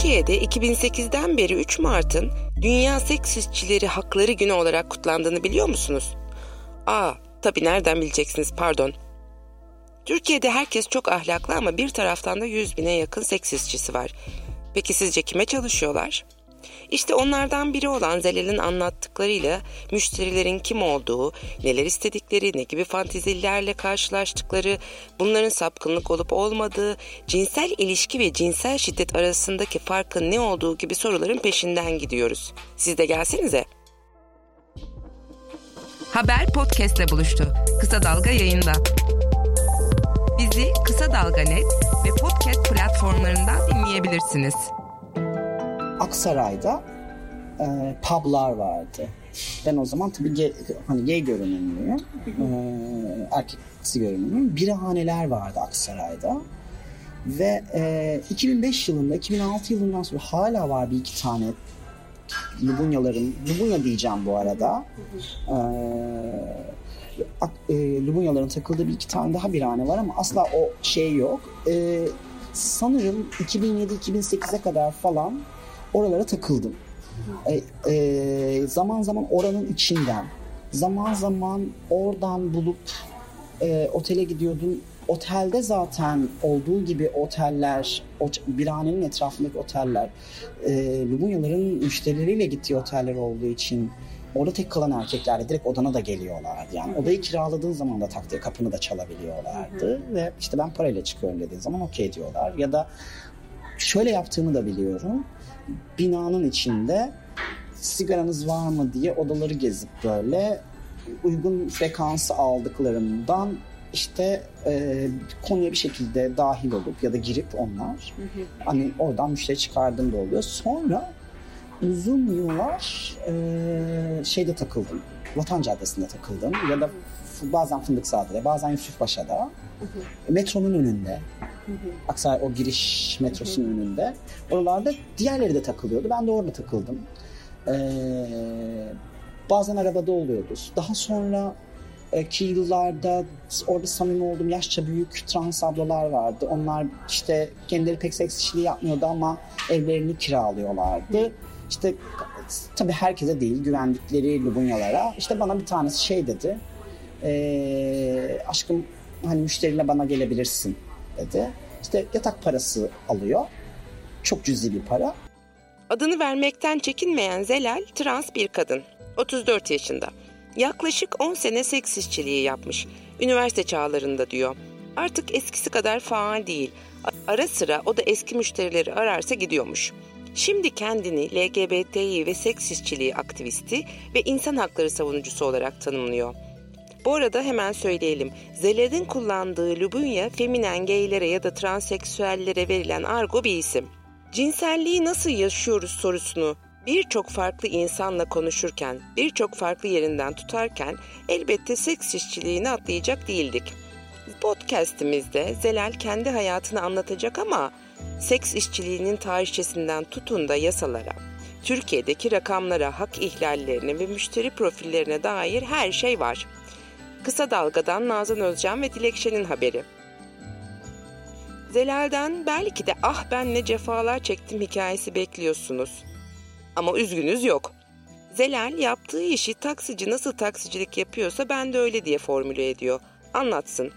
Türkiye'de 2008'den beri 3 Mart'ın Dünya Seks İşçileri Hakları Günü olarak kutlandığını biliyor musunuz? Tabii nereden bileceksiniz, pardon. Türkiye'de herkes çok ahlaklı ama bir taraftan da 100.000'e yakın seks işçisi var. Peki sizce kime çalışıyorlar? İşte onlardan biri olan Zelal'in anlattıklarıyla müşterilerin kim olduğu, neler istedikleri, ne gibi fantezilerle karşılaştıkları, bunların sapkınlık olup olmadığı, cinsel ilişki ve cinsel şiddet arasındaki farkın ne olduğu gibi soruların peşinden gidiyoruz. Siz de gelsenize. Haber podcast'le buluştu. Kısa Dalga yayında. Bizi Kısa Dalga Net ve podcast platformlarından dinleyebilirsiniz. Aksaray'da publar vardı. Ben o zaman tabii gay görünümlüyüm, erkeksi görünümlüyüm. Birahaneler vardı Aksaray'da. Ve 2005 yılında, 2006 yılından sonra hala var bir iki tane Lubunya diyeceğim bu arada. Lubunyaların takıldığı bir iki tane daha birahane var ama asla o şey yok. Sanırım 2007-2008'e kadar falan oralara takıldım. Zaman zaman oranın içinden, zaman zaman oradan bulup otele gidiyordum. Otelde zaten olduğu gibi oteller, birahanenin etrafındaki oteller, Lubunyaların müşterileriyle gittiği oteller olduğu için orada tek kalan erkeklerle direkt odana da geliyorlardı. Yani odayı kiraladığın zaman da takdir kapını da çalabiliyorlardı. Ve işte ben parayla çıkıyorum dediğin zaman okey diyorlar. Ya da şöyle yaptığımı da biliyorum. Binanın içinde sigaranız var mı diye odaları gezip böyle uygun frekansı aldıklarından işte konuya bir şekilde dahil olup ya da girip onlar hani oradan müşteri çıkardığım da oluyor. Sonra uzun yıllar şeyde takıldım. Vatan Caddesi'nde takıldım ya da bazen Fındıkzade'de, bazen Yusufpaşa'da. Metronun önünde. Aksaray o giriş metrosunun önünde. Oralarda diğerleri de takılıyordu. Ben de orada takıldım. Bazen arabada oluyordu. Daha sonra ki yıllarda orada samimi olduğum yaşça büyük trans ablalar vardı. Onlar işte kendileri pek seks işçiliği yapmıyordu ama evlerini kiralıyorlardı. İşte tabii herkese değil, güvendikleri Lubunyalara. İşte bana bir tanesi şey dedi. Aşkım hani müşteriyle bana gelebilirsin dedi. İşte yatak parası alıyor. Çok cüzi bir para. Adını vermekten çekinmeyen Zelal trans bir kadın. 34 yaşında. Yaklaşık 10 sene seks işçiliği yapmış. Üniversite çağlarında diyor. Artık eskisi kadar faal değil. Ara sıra o da eski müşterileri ararsa gidiyormuş. Şimdi kendini LGBTİ ve seks işçiliği aktivisti ve insan hakları savunucusu olarak tanımlıyor. Bu arada hemen söyleyelim. Zelal'in kullandığı Lubunya, feminen gaylere ya da transseksüellere verilen argo bir isim. Cinselliği nasıl yaşıyoruz sorusunu birçok farklı insanla konuşurken, birçok farklı yerinden tutarken elbette seks işçiliğini atlayacak değildik. Podcast'imizde Zelal kendi hayatını anlatacak ama seks işçiliğinin tarihçesinden tutun da yasalara, Türkiye'deki rakamlara, hak ihlallerine ve müşteri profillerine dair her şey var. Kısa Dalga'dan Nazan Özcan ve Dilek Şen'in haberi. Zelal'den belki de ben ne cefalar çektim hikayesi bekliyorsunuz. Ama üzgünüz yok. Zelal yaptığı işi taksici nasıl taksicilik yapıyorsa ben de öyle diye formüle ediyor. Anlatsın.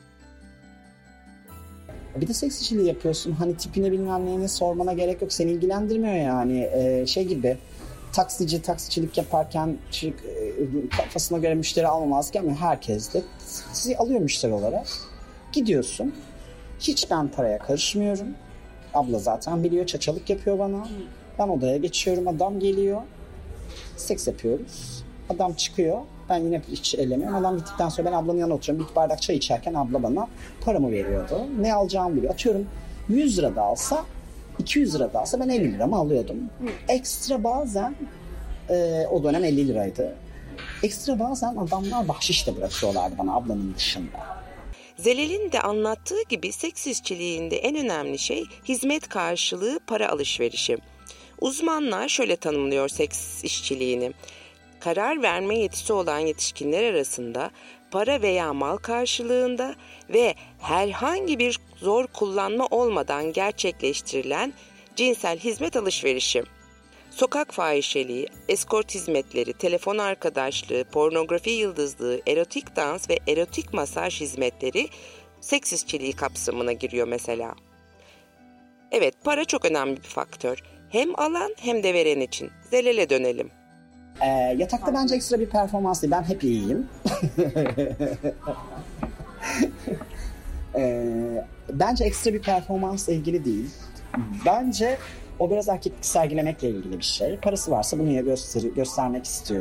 Bir de seks işçiliği yapıyorsun. Hani tipine bilmem neyine sormana gerek yok. Seni ilgilendirmiyor yani. Şey gibi taksicilik yaparken kafasına göre müşteri almamazken ama herkes de sizi alıyor müşteri olarak. Gidiyorsun. Hiç ben paraya karışmıyorum. Abla zaten biliyor. Çaçalık yapıyor bana. Ben odaya geçiyorum. Adam geliyor. Seks yapıyoruz. Adam çıkıyor. Ben yine hiç ellemiyorum. Adam gittikten sonra ben ablanın yanına oturuyorum. Bir bardak çay içerken abla bana paramı veriyordu. Ne alacağımı biliyor. Atıyorum 100 lira da alsa 200 lira da alsa ben 50 liramı alıyordum. Ekstra bazen o dönem 50 liraydı. Ekstra bazen adamlar bahşiş de bırakıyorlardı bana ablanın dışında. Zelal'in de anlattığı gibi seks işçiliğinde en önemli şey hizmet karşılığı para alışverişi. Uzmanlar şöyle tanımlıyor seks işçiliğini. Karar verme yetisi olan yetişkinler arasında para veya mal karşılığında ve herhangi bir zor kullanma olmadan gerçekleştirilen cinsel hizmet alışverişi, sokak fahişeliği, eskort hizmetleri, telefon arkadaşlığı, pornografi yıldızlığı, erotik dans ve erotik masaj hizmetleri seks işçiliği kapsamına giriyor mesela. Evet, para çok önemli bir faktör. Hem alan hem de veren için. Zelel'e dönelim. Yatakta bence ekstra bir performans değil. Ben hep iyiyim. Bence ekstra bir performansla ilgili değil. Bence o biraz erkeklik sergilemekle ilgili bir şey. Parası varsa bunu göstermek istiyor.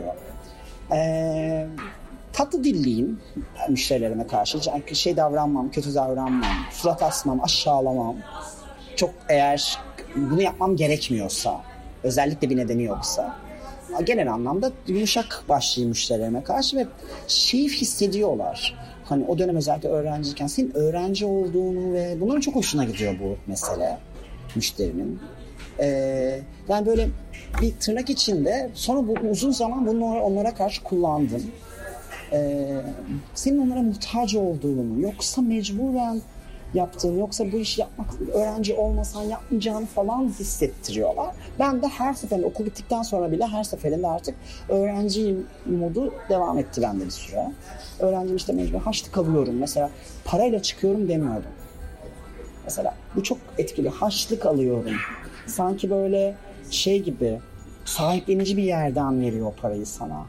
Tatlı dilliyim müşterilerime karşı. Davranmam, kötü davranmam, surat asmam, aşağılamam. Çok eğer bunu yapmam gerekmiyorsa, özellikle bir nedeni yoksa, genel anlamda yumuşak başlıyım müşterilerime karşı ve hissediyorlar. Hani o dönem özellikle öğrenciyken senin öğrenci olduğunu ve bunların çok hoşuna gidiyor bu mesele müşterinin. Yani böyle bir tırnak içinde sonra bu uzun zaman bunu onlara karşı kullandım. Senin onlara muhtaç olduğunu, yoksa mecburen yaptığını, yoksa bu işi yapmak, öğrenci olmasan yapmayacağını falan hissettiriyorlar. Ben de her seferinde okul bittikten sonra bile her seferinde artık öğrenciyim modu devam etti bende bir süre. Öğrenciyim işte mecbur haçlı kalıyorum. Mesela parayla çıkıyorum demiyordum. Mesela bu çok etkili. Haçlık alıyorum. Sanki böyle gibi sahiplenici bir yerden veriyor parayı sana.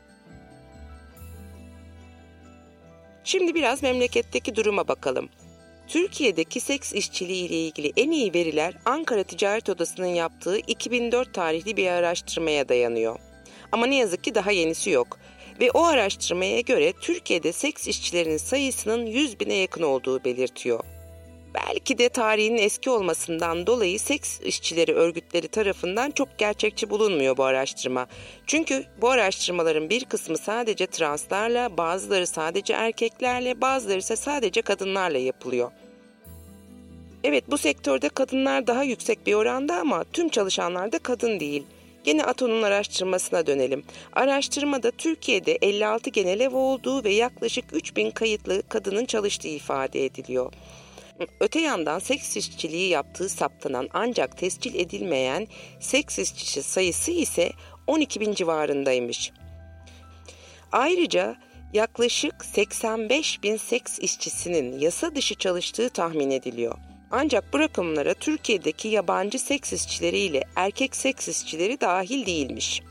Şimdi biraz memleketteki duruma bakalım. Türkiye'deki seks işçiliği ile ilgili en iyi veriler Ankara Ticaret Odası'nın yaptığı 2004 tarihli bir araştırmaya dayanıyor. Ama ne yazık ki daha yenisi yok. Ve o araştırmaya göre Türkiye'de seks işçilerinin sayısının 100.000'e yakın olduğu belirtiyor. Belki de tarihinin eski olmasından dolayı seks işçileri örgütleri tarafından çok gerçekçi bulunmuyor bu araştırma. Çünkü bu araştırmaların bir kısmı sadece translarla, bazıları sadece erkeklerle, bazıları ise sadece kadınlarla yapılıyor. Evet, bu sektörde kadınlar daha yüksek bir oranda ama tüm çalışanlar da kadın değil. Gene ATO'nun araştırmasına dönelim. Araştırmada Türkiye'de 56 genel ev olduğu ve yaklaşık 3.000 kayıtlı kadının çalıştığı ifade ediliyor. Öte yandan seks işçiliği yaptığı saptanan ancak tescil edilmeyen seks işçisi sayısı ise 12.000 civarındaymış. Ayrıca yaklaşık 85.000 seks işçisinin yasa dışı çalıştığı tahmin ediliyor. Ancak bu rakamlara Türkiye'deki yabancı seks işçileri ile erkek seks işçileri dahil değilmiş.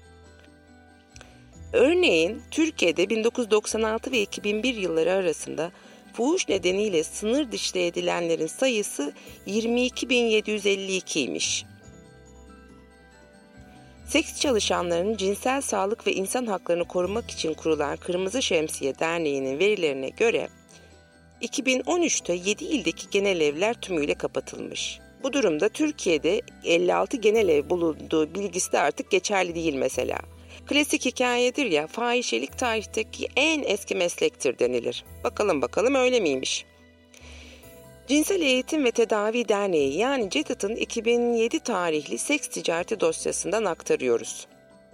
Örneğin Türkiye'de 1996 ve 2001 yılları arasında fuhuş nedeniyle sınır dışı edilenlerin sayısı 22.752'ymiş. Seks çalışanlarının cinsel sağlık ve insan haklarını korumak için kurulan Kırmızı Şemsiye Derneği'nin verilerine göre 2013'te 7 ildeki genel evler tümüyle kapatılmış. Bu durumda Türkiye'de 56 genel ev bulunduğu bilgisi de artık geçerli değil mesela. Klasik hikayedir ya, fahişelik tarihteki en eski meslektir denilir. Bakalım öyle miymiş? Cinsel Eğitim ve Tedavi Derneği yani CETAT'ın 2007 tarihli seks ticareti dosyasından aktarıyoruz.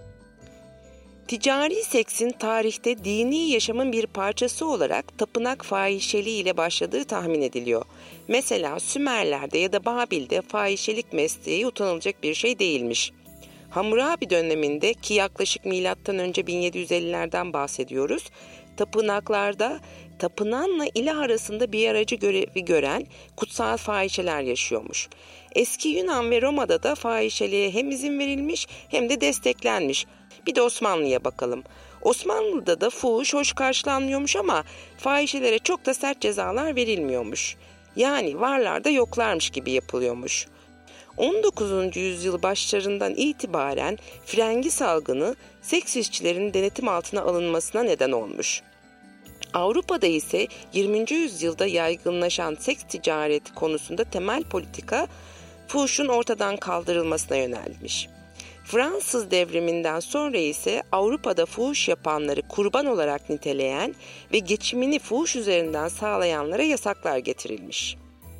Ticari seksin tarihte dini yaşamın bir parçası olarak tapınak fahişeliği ile başladığı tahmin ediliyor. Mesela Sümerler'de ya da Babil'de fahişelik mesleği utanılacak bir şey değilmiş. Hammurabi döneminde ki yaklaşık M.Ö. 1750'lerden bahsediyoruz. Tapınaklarda tapınanla ilah arasında bir aracı görevi gören kutsal fahişeler yaşıyormuş. Eski Yunan ve Roma'da da fahişeliğe hem izin verilmiş hem de desteklenmiş. Bir de Osmanlı'ya bakalım. Osmanlı'da da fuhuş hoş karşılanmıyormuş ama fahişelere çok da sert cezalar verilmiyormuş. Yani varlar da yoklarmış gibi yapılıyormuş. 19. yüzyıl başlarından itibaren frengi salgını seks işçilerinin denetim altına alınmasına neden olmuş. Avrupa'da ise 20. yüzyılda yaygınlaşan seks ticareti konusunda temel politika fuhuşun ortadan kaldırılmasına yönelmiş. Fransız devriminden sonra ise Avrupa'da fuhuş yapanları kurban olarak niteleyen ve geçimini fuhuş üzerinden sağlayanlara yasaklar getirilmiş.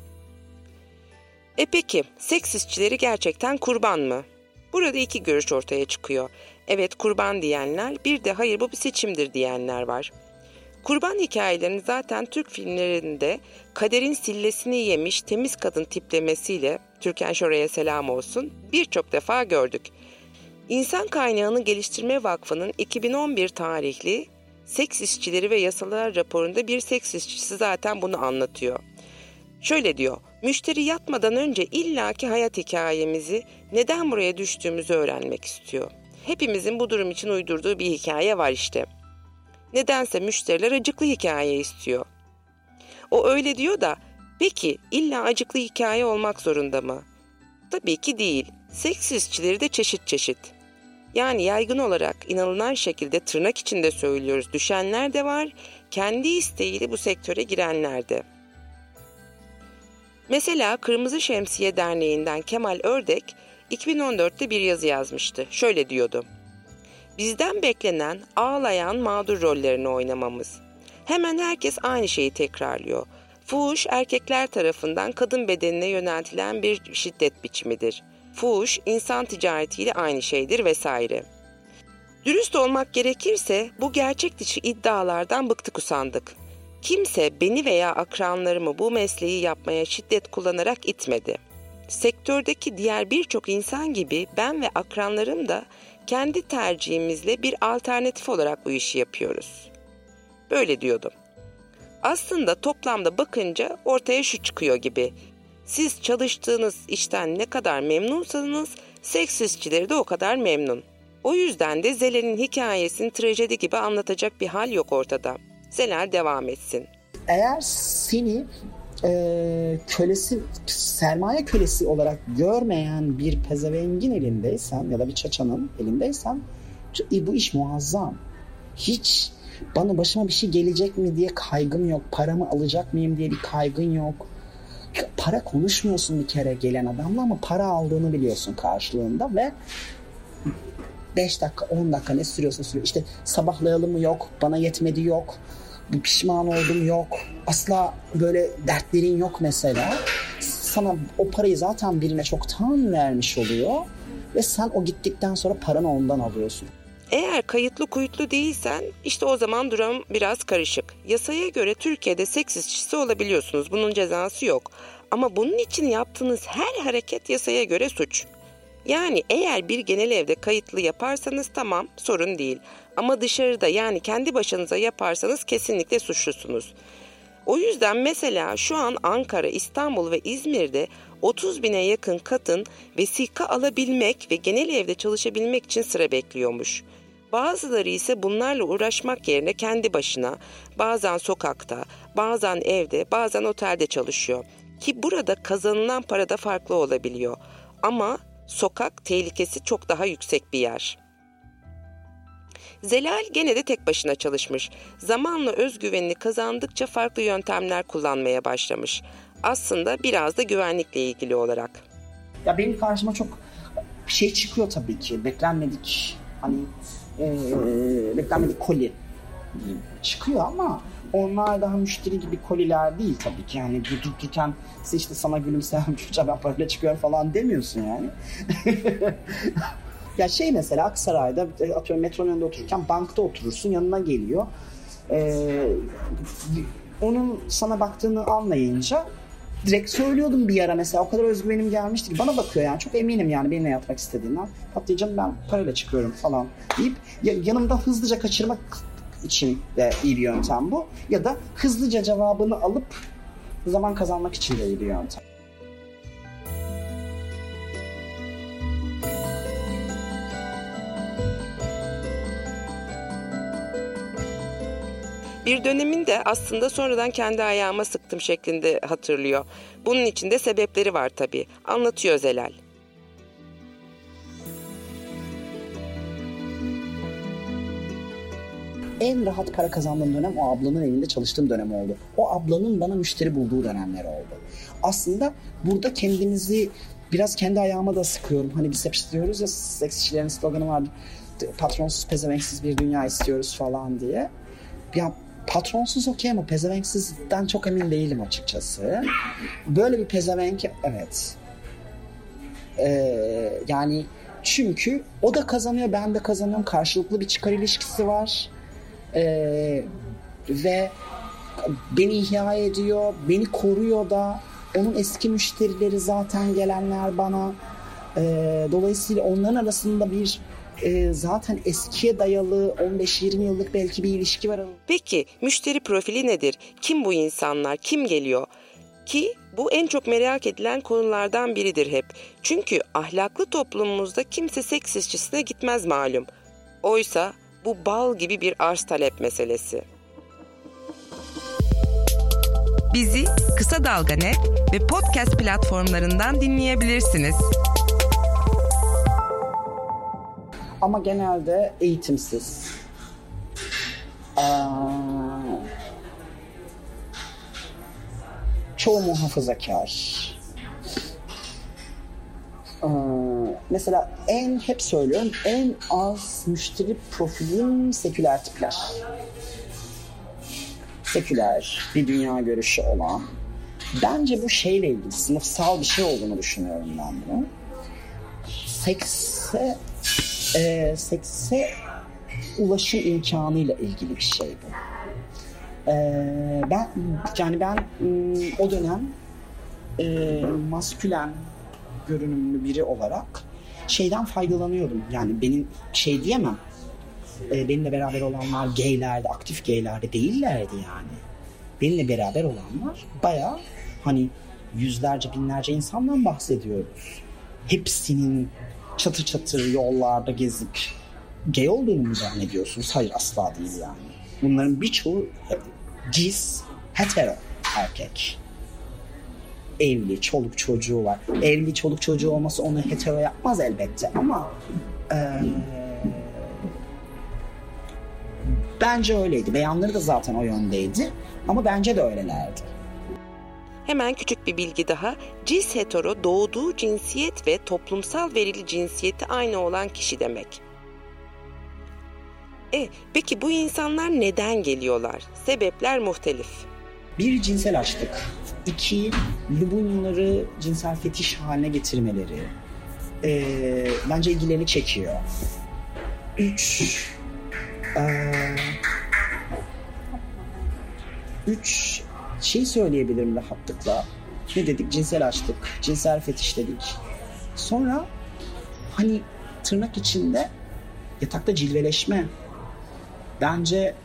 Peki, seks işçileri gerçekten kurban mı? Burada iki görüş ortaya çıkıyor. Evet kurban diyenler, bir de hayır bu bir seçimdir diyenler var. Kurban hikayelerini zaten Türk filmlerinde kaderin sillesini yemiş temiz kadın tiplemesiyle, Türkan Şoray'a selam olsun, birçok defa gördük. İnsan Kaynağını Geliştirme Vakfı'nın 2011 tarihli Seks İşçileri ve Yasalar raporunda bir seks işçisi zaten bunu anlatıyor. Şöyle diyor, müşteri yatmadan önce illaki hayat hikayemizi, neden buraya düştüğümüzü öğrenmek istiyor. Hepimizin bu durum için uydurduğu bir hikaye var işte. Nedense müşteriler acıklı hikaye istiyor. O öyle diyor da, peki illa acıklı hikaye olmak zorunda mı? Tabii ki değil. Seks işçileri de çeşit çeşit. Yani yaygın olarak inanılan şekilde tırnak içinde söylüyoruz, düşenler de var, kendi isteğiyle bu sektöre girenler de. Mesela Kırmızı Şemsiye Derneği'nden Kemal Ördek 2014'te bir yazı yazmıştı. Şöyle diyordu. Bizden beklenen ağlayan mağdur rollerini oynamamız. Hemen herkes aynı şeyi tekrarlıyor. Fuhuş erkekler tarafından kadın bedenine yöneltilen bir şiddet biçimidir. Fuhuş insan ticaretiyle aynı şeydir vesaire. Dürüst olmak gerekirse bu gerçek dışı iddialardan bıktık usandık. Kimse beni veya akranlarımı bu mesleği yapmaya şiddet kullanarak itmedi. Sektördeki diğer birçok insan gibi ben ve akranlarım da kendi tercihimizle bir alternatif olarak bu işi yapıyoruz. Böyle diyordum. Aslında toplamda bakınca ortaya şu çıkıyor gibi. Siz çalıştığınız işten ne kadar memnunsanız seks işçileri de o kadar memnun. O yüzden de Zelal'in hikayesini trajedi gibi anlatacak bir hal yok ortada. Zelal devam etsin. Eğer seni kölesi, sermaye kölesi olarak görmeyen bir pezevengin elindeysen ya da bir çaçanın elindeysen bu iş muazzam. Hiç başıma bir şey gelecek mi diye kaygım yok. Paramı alacak mıyım diye bir kaygın yok. Para konuşmuyorsun bir kere gelen adamla ama para aldığını biliyorsun karşılığında ve 5 dakika 10 dakika ne sürüyorsa sürüyor. İşte sabahlayalım mı yok, bana yetmedi yok, bir pişman oldum yok, asla böyle dertlerin yok mesela. Sana o parayı zaten birine çoktan vermiş oluyor ve sen o gittikten sonra paranı ondan alıyorsun. Eğer kayıtlı kuyutlu değilsen işte o zaman durum biraz karışık. Yasaya göre Türkiye'de seks işçisi olabiliyorsunuz. Bunun cezası yok. Ama bunun için yaptığınız her hareket yasaya göre suç. Yani eğer bir genel evde kayıtlı yaparsanız tamam, sorun değil. Ama dışarıda yani kendi başınıza yaparsanız kesinlikle suçlusunuz. O yüzden mesela şu an Ankara, İstanbul ve İzmir'de 30.000'e yakın kadın vesika alabilmek ve genel evde çalışabilmek için sıra bekliyormuş. Bazıları ise bunlarla uğraşmak yerine kendi başına, bazen sokakta, bazen evde, bazen otelde çalışıyor. Ki burada kazanılan para da farklı olabiliyor. Ama sokak tehlikesi çok daha yüksek bir yer. Zelal gene de tek başına çalışmış. Zamanla özgüvenini kazandıkça farklı yöntemler kullanmaya başlamış. Aslında biraz da güvenlikle ilgili olarak. Ya benim karşıma çok şey çıkıyor tabii ki. Beklenmedik beklenmedik koli çıkıyor ama onlar daha müşteri gibi koliler değil tabii ki. Yani dururken işte sana gülümseyen çocuğa ben parayla çıkıyorum falan demiyorsun yani. Ya mesela Aksaray'da atıyorum metronun önünde otururken bankta oturursun, yanına geliyor. Onun sana baktığını anlayınca direkt söylüyordum bir ara mesela, o kadar özgüvenim gelmişti ki bana bakıyor yani, çok eminim yani benimle yatmak istediğinden. Patlayacağım, ben parayla çıkıyorum falan deyip yanımda hızlıca kaçırmak için de iyi bir yöntem bu. Ya da hızlıca cevabını alıp zaman kazanmak için de iyi bir yöntem. Bir döneminde aslında sonradan kendi ayağıma sıktım şeklinde hatırlıyor. Bunun için de sebepleri var tabii. Anlatıyor Zelal. En rahat para kazandığım dönem o ablanın evinde çalıştığım dönem oldu. O ablanın bana müşteri bulduğu dönemler oldu. Aslında burada kendimizi biraz kendi ayağıma da sıkıyorum. Hani biz hep istiyoruz ya, seks işçilerin sloganı vardı. Patronsuz pezevenksiz bir dünya istiyoruz falan diye. Ya patronsuz okey ama pezevenksizden çok emin değilim açıkçası. Böyle bir pezevenk, evet. Yani çünkü o da kazanıyor, ben de kazanıyorum. Karşılıklı bir çıkar ilişkisi var. ve beni ihya ediyor, beni koruyor da. Onun eski müşterileri zaten gelenler bana. Dolayısıyla onların arasında bir zaten eskiye dayalı 15-20 yıllık belki bir ilişki var. Peki müşteri profili nedir? Kim bu insanlar? Kim geliyor? Ki bu en çok merak edilen konulardan biridir hep. Çünkü ahlaklı toplumumuzda kimse seks işçisine gitmez malum. Oysa bu bal gibi bir arz talep meselesi. Bizi Kısa Dalga Net ve podcast platformlarından dinleyebilirsiniz. Ama genelde eğitimsiz. Çoğu muhafazakar. Mesela hep söylüyorum, en az müşteri profilim seküler tipler. Seküler, bir dünya görüşü olan. Bence bu şeyle ilgili, sınıfsal bir şey olduğunu düşünüyorum ben bunu. Sekse ulaşım imkanıyla ilgili bir şey bu. Ben o dönem maskülen görünümlü biri olarak şeyden faydalanıyordum. Yani benim şey diyemem. Benimle beraber olanlar gaylerdi, aktif gaylerdi değillerdi yani. Benimle beraber olanlar bayağı hani yüzlerce binlerce insandan bahsediyoruz. Hepsinin çatır çatır yollarda gezip gay olduğunu mu zannediyorsunuz? Hayır, asla değil yani. Bunların birçoğu cis, hetero erkek. Evli, çoluk çocuğu var. Evli, çoluk çocuğu olması onu hetero yapmaz elbette ama bence öyleydi. Beyanları da zaten o yöndeydi. Ama bence de öylelerdi. Hemen küçük bir bilgi daha. Cis hetero doğduğu cinsiyet ve toplumsal verili cinsiyeti aynı olan kişi demek. Peki bu insanlar neden geliyorlar? Sebepler muhtelif. Bir, cinsel açlık. 2, Lubunyaları cinsel fetiş haline getirmeleri. Bence ilgilerini çekiyor. 3 şey söyleyebilirim rahatlıkla. Ne dedik? Cinsel açlık, cinsel fetiş dedik. Sonra hani tırnak içinde yatakta cilveleşme. Bence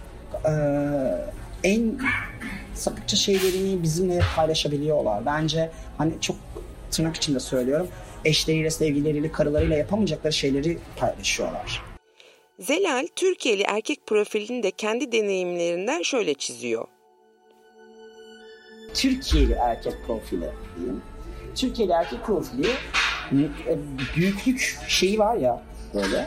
en sapıkça şeylerini bizimle paylaşabiliyorlar. Bence hani çok tırnak içinde söylüyorum. Eşleriyle, sevgilileriyle, karılarıyla yapamayacakları şeyleri paylaşıyorlar. Zelal, Türkiye'li erkek profilini de kendi deneyimlerinden şöyle çiziyor. Türkiye'li erkek profili diyeyim. Türkiye'li erkek profili büyüklük şeyi var ya böyle.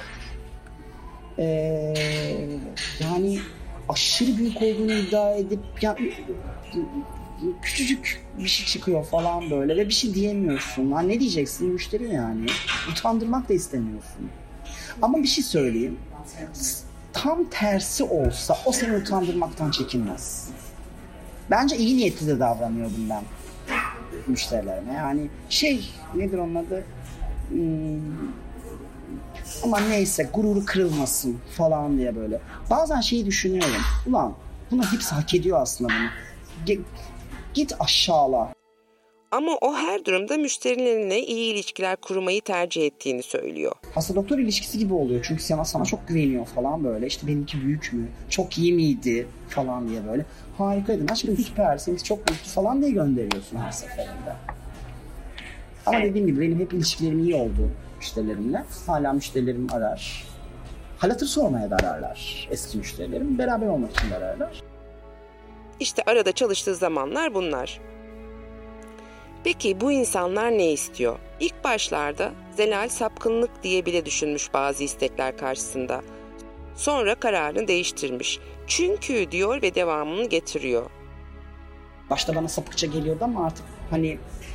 Yani aşırı büyük olduğunu iddia edip küçücük bir şey çıkıyor falan böyle ve bir şey diyemiyorsun. Lan ne diyeceksin? Müşteri yani. Utandırmak da istemiyorsun. Ama bir şey söyleyeyim. Tam tersi olsa o seni utandırmaktan çekinmez. Bence iyi niyetli de davranıyordum ben müşterilerime. Yani nedir onun adı? Ama neyse gururu kırılmasın falan diye böyle. Bazen şeyi düşünüyorum. Ulan bunlar hepsi hak ediyor aslında bunu. Git aşağıla. Ama o her durumda müşterilerine iyi ilişkiler kurmayı tercih ettiğini söylüyor. Hasta doktor ilişkisi gibi oluyor. Çünkü sana çok güveniyor falan böyle. İşte benimki büyük mü? Çok iyi miydi? Falan diye böyle. Harikaydın. Aşkım süper. Seninki çok büyüktü falan diye gönderiyorsun her seferinde. Ama dediğim gibi benim hep ilişkilerim iyi oldu müşterilerimle. Hala müşterilerim arar. Hal hatır sormaya da ararlar eski müşterilerim. Beraber olmak için de ararlar. İşte arada çalıştığı zamanlar bunlar. Peki bu insanlar ne istiyor? İlk başlarda Zelal sapkınlık diye bile düşünmüş bazı istekler karşısında. Sonra kararını değiştirmiş. Çünkü diyor ve devamını getiriyor. Başta bana sapıkça geliyordu ama artık hani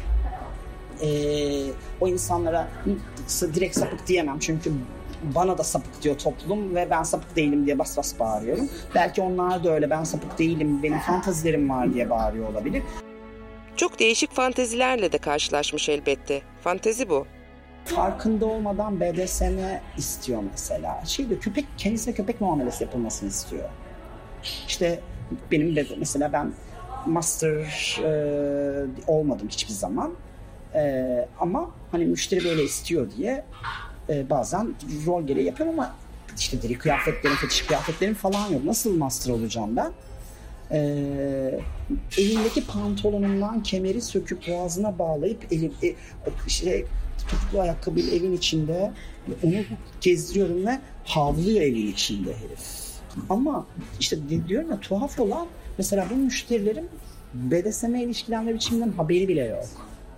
o insanlara direkt sapık diyemem. Çünkü bana da sapık diyor toplum ve ben sapık değilim diye bas bas bağırıyorum. Belki onlar da öyle, ben sapık değilim, benim fantazilerim var diye bağırıyor olabilir. Çok değişik fantezilerle de karşılaşmış elbette. Fantezi bu. Farkında olmadan BDSM istiyor mesela. Kendisine köpek muamelesi yapılmasını istiyor. İşte Benim mesela ben master olmadım hiçbir zaman. Ama hani müşteri böyle istiyor diye bazen rol gereği yapıyorum ama işte deri kıyafetlerim, fetiş kıyafetlerim falan yok. Nasıl master olacağım ben? Elindeki pantolonundan kemeri söküp boğazına bağlayıp topuklu ayakkabıyla evin içinde onu gezdiriyorum ve havlıyor evin içinde herif. Ama işte diyorum ya, tuhaf olan mesela bu müşterilerin BDSM ilişkilenme biçiminden haberi bile yok.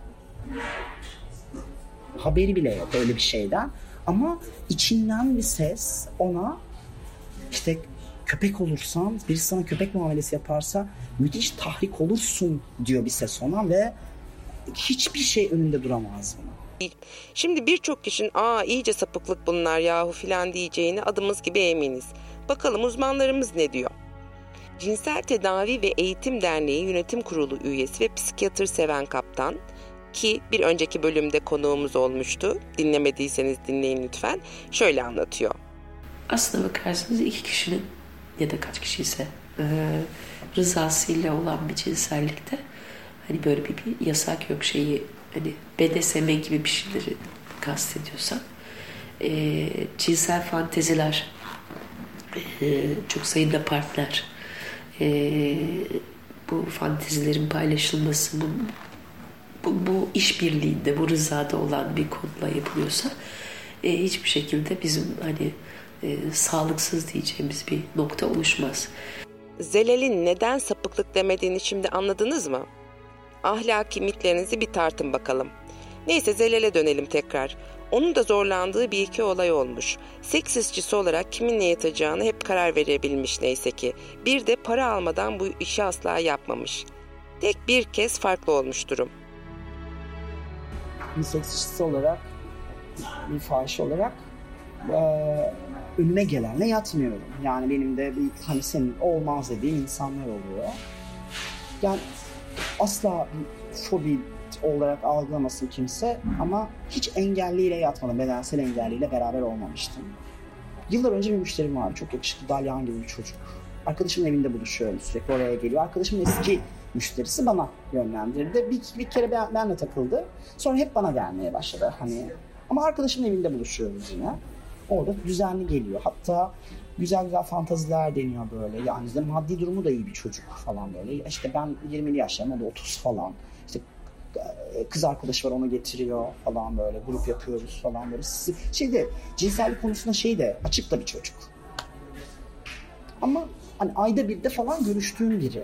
Haberi bile yok öyle bir şeyden. Ama içinden bir ses ona işte köpek olursan, birisi sana köpek muamelesi yaparsa müthiş tahrik olursun diyor bir ses ona ve hiçbir şey önünde duramaz buna. Şimdi birçok kişinin iyice sapıklık bunlar yahu filan diyeceğini adımız gibi eminiz. Bakalım uzmanlarımız ne diyor? Cinsel Tedavi ve Eğitim Derneği Yönetim Kurulu üyesi ve psikiyatr Seven Kaptan, ki bir önceki bölümde konuğumuz olmuştu. Dinlemediyseniz dinleyin lütfen. Şöyle anlatıyor. Aslına bakarsanız iki kişinin ya da kaç kişi ise rızasıyla olan bir cinsellikte hani böyle bir yasak yok, şeyi hani BDSM gibi bir şeyleri kastediyorsan cinsel fanteziler, çok sayıda partner, bu fantezilerin paylaşılması, bu işbirliğinde, bu rızada olan bir kodla yapılıyorsa hiçbir şekilde bizim hani sağlıksız diyeceğimiz bir nokta oluşmaz. Zelal'in neden sapıklık demediğini şimdi anladınız mı? Ahlaki mitlerinizi bir tartın bakalım. Neyse, Zelal'e dönelim tekrar. Onun da zorlandığı bir iki olay olmuş. Seks işçisi olarak kiminle yatacağını hep karar verebilmiş neyse ki. Bir de para almadan bu işi asla yapmamış. Tek bir kez farklı olmuş durum. Bir seks işçisi olarak, bir fahiş olarak önüme gelenle yatmıyorum. Yani benim de bir hani senin olmaz dediğim insanlar oluyor. Yani asla bir fobi olarak algılamasın kimse ama hiç engelliyle yatmadım. Bedensel engelliyle beraber olmamıştım. Yıllar önce bir müşterim vardı. Çok yakışıklı, dalyan gibi bir çocuk. Arkadaşımın evinde buluşuyorum, sürekli oraya geliyor. Arkadaşımın eski müşterisi bana yönlendirdi. Bir kere benle takıldı. Sonra hep bana gelmeye başladı. Hani ama arkadaşımın evinde buluşuyoruz yine. Orada düzenli geliyor. Hatta güzel güzel fantaziler deniyor böyle. Yani işte maddi durumu da iyi bir çocuk falan böyle. İşte ben 20'li yaşlarım, o da 30 falan. İşte kız arkadaşı var, onu getiriyor falan böyle. Grup yapıyoruz falan böyle. Cinsellik konusunda açık da bir çocuk. Ama hani ayda bir de falan görüştüğüm biri.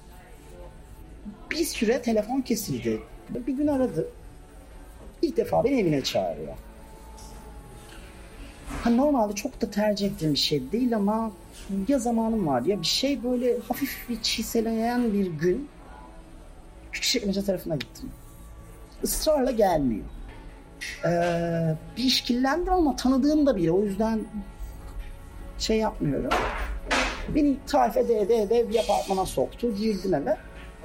Bir süre telefon kesildi. Bir gün aradı. İlk defa beni evine çağırıyor. Normalde çok da tercih ettiğim bir şey değil ama ya zamanım var ya bir şey, böyle hafif bir çiseleyen bir gün Küçükçekmece tarafına gittim. Israrla gelmiyor. Bir işkillendim ama tanıdığım da biri, o yüzden yapmıyorum. Beni tarif ede bir apartmana soktu. Girdim eve.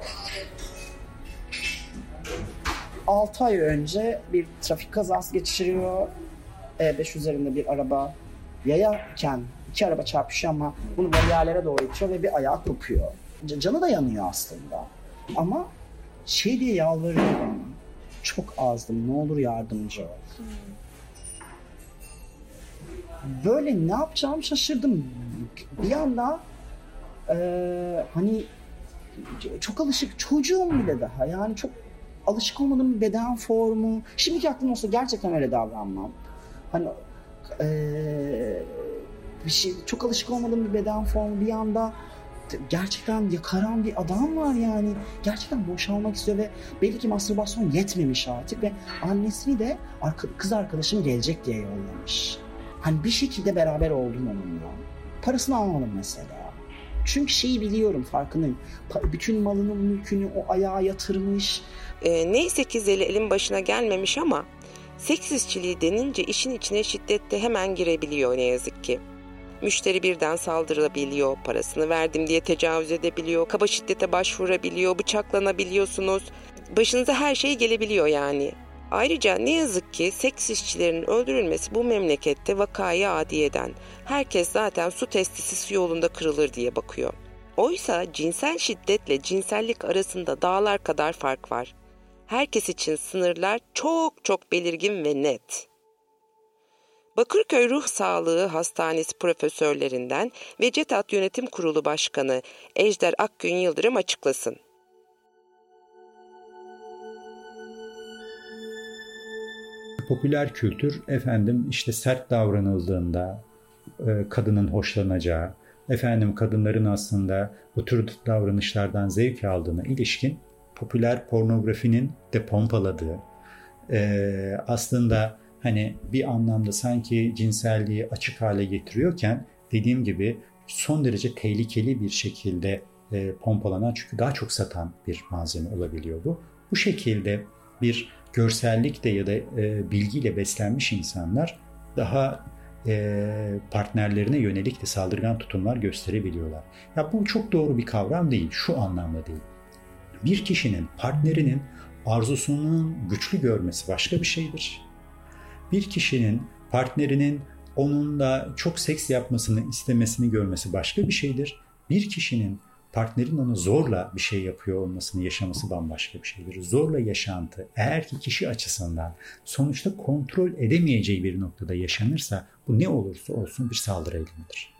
6 ay önce bir trafik kazası geçiriyor. E5 üzerinde bir araba yayarken 2 araba çarpışıyor ama bunu bariyerlere doğru itiyor ve bir ayağı kopuyor. Canı da yanıyor aslında. Ama diye yalvarıyor bana. Çok azdım, ne olur yardımcı ol. Böyle ne yapacağımı şaşırdım. Bir anda hani çok alışık, çocuğum bile daha. Yani çok alışık olmadığım bir beden formu. Şimdiki aklım olsa gerçekten öyle davranmam. Hani bir şey, çok alışık olmadığım bir beden formu, bir anda gerçekten yakaran bir adam var yani. Gerçekten boşalmak istiyor ve belli ki mastürbasyon yetmemiş artık ve annesini de kız arkadaşım gelecek diye yollamış. Hani bir şekilde beraber oldum onunla. Parasını almadım mesela. Çünkü biliyorum, farkındayım. Bütün malının mülkünü o ayağa yatırmış. Neyse ki Zelal'in başına gelmemiş ama seks işçiliği denince işin içine şiddet de hemen girebiliyor ne yazık ki. Müşteri birden saldırabiliyor, parasını verdim diye tecavüz edebiliyor, kaba şiddete başvurabiliyor, bıçaklanabiliyorsunuz. Başınıza her şey gelebiliyor yani. Ayrıca ne yazık ki seks işçilerinin öldürülmesi bu memlekette vakayı adiyeden. Herkes zaten su testisi su yolunda kırılır diye bakıyor. Oysa cinsel şiddetle cinsellik arasında dağlar kadar fark var. Herkes için sınırlar çok çok belirgin ve net. Bakırköy Ruh Sağlığı Hastanesi profesörlerinden ve CETAT Yönetim Kurulu Başkanı Ejder Akgün Yıldırım açıklasın. Popüler kültür işte sert davranıldığında kadının hoşlanacağı, kadınların aslında bu tür davranışlardan zevk aldığına ilişkin popüler pornografinin de pompaladığı, aslında bir anlamda sanki cinselliği açık hale getiriyorken dediğim gibi son derece tehlikeli bir şekilde pompalanan, çünkü daha çok satan bir malzeme olabiliyor bu. Bu şekilde bir görsellikle ya da bilgiyle beslenmiş insanlar daha partnerlerine yönelik de saldırgan tutumlar gösterebiliyorlar. Ya bu çok doğru bir kavram değil, şu anlamda değil. Bir kişinin partnerinin arzusunun güçlü görmesi başka bir şeydir. Bir kişinin partnerinin onunla çok seks yapmasını istemesini görmesi başka bir şeydir. Bir kişinin partnerin ona zorla bir şey yapıyor olmasını yaşaması bambaşka bir şeydir. Zorla yaşantı eğer ki kişi açısından sonuçta kontrol edemeyeceği bir noktada yaşanırsa bu ne olursa olsun bir saldırı eylemidir.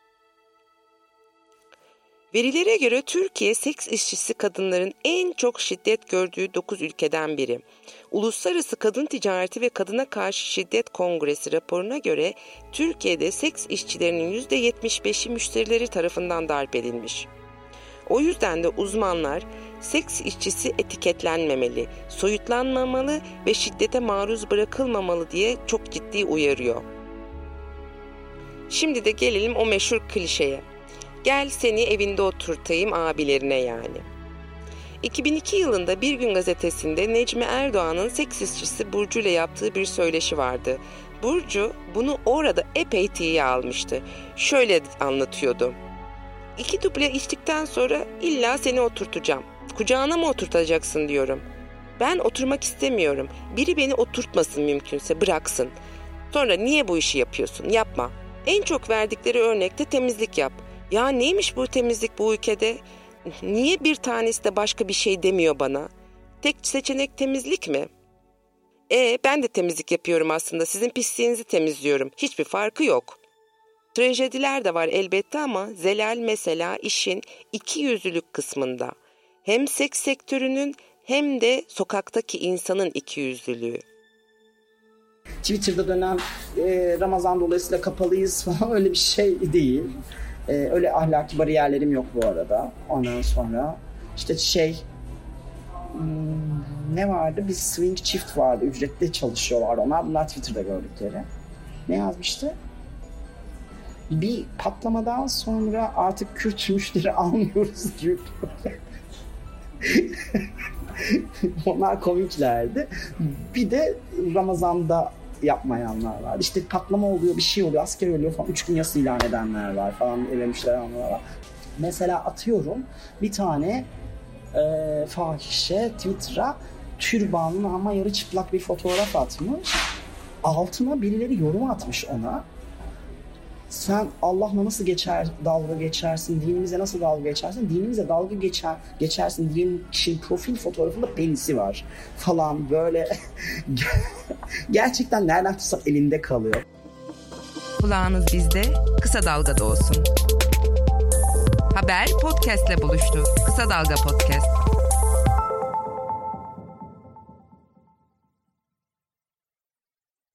Verilere göre Türkiye seks işçisi kadınların en çok şiddet gördüğü 9 ülkeden biri. Uluslararası Kadın Ticareti ve Kadına Karşı Şiddet Kongresi raporuna göre Türkiye'de seks işçilerinin %75'i müşterileri tarafından darp edilmiş. O yüzden de uzmanlar seks işçisi etiketlenmemeli, soyutlanmamalı ve şiddete maruz bırakılmamalı diye çok ciddi uyarıyor. Şimdi de gelelim o meşhur klişeye. Gel seni evinde oturtayım abilerine yani. 2002 yılında Bir Gün gazetesinde Necmi Erdoğan'ın seks işçisi Burcu ile yaptığı bir söyleşi vardı. Burcu bunu orada epey tiye almıştı. Şöyle anlatıyordu. 2 duble içtikten sonra illa seni oturtacağım. Kucağına mı oturtacaksın diyorum. Ben oturmak istemiyorum. Biri beni oturtmasın mümkünse, bıraksın. Sonra niye bu işi yapıyorsun? Yapma. En çok verdikleri örnekte temizlik yap. Ya neymiş bu temizlik bu ülkede? Niye bir tanesi de başka bir şey demiyor bana? Tek seçenek temizlik mi? Ben de temizlik yapıyorum aslında. Sizin pisliğinizi temizliyorum. Hiçbir farkı yok. Trajediler de var elbette ama Zelal mesela işin ikiyüzlülük kısmında. Hem seks sektörünün hem de sokaktaki insanın ikiyüzlülüğü. Twitter'da dönen Ramazan dolayısıyla kapalıyız falan öyle bir şey değil. Öyle ahlaki bariyerlerim yok bu arada. Ondan sonra ne vardı? Bir swing çift vardı. Ücretli çalışıyorlar onlar. Bunlar Twitter'da gördükleri. Ne yazmıştı? Bir patlamadan sonra artık Kürt müşteri almıyoruz gibi. Onlar komiklerdi. Bir de Ramazan'da yapmayanlar var. İşte patlama oluyor, bir şey oluyor, asker ölüyor falan. 3 gün yas ilan edenler var falan. Evlenmişler var. Mesela atıyorum bir tane fahişe Twitter'a türbanlı ama yarı çıplak bir fotoğraf atmış. Altına birileri yorum atmış ona. Sen Allah'la nasıl dalga geçersin, dinimize nasıl dalga geçersin, dinimize dalga geçersin diyen kişinin profil fotoğrafında penisi var falan böyle. Gerçekten nereden tutsam elinde kalıyor. Kulağınız bizde, Kısa Dalga'da olsun. Haber podcast'le buluştu. Kısa Dalga Podcast.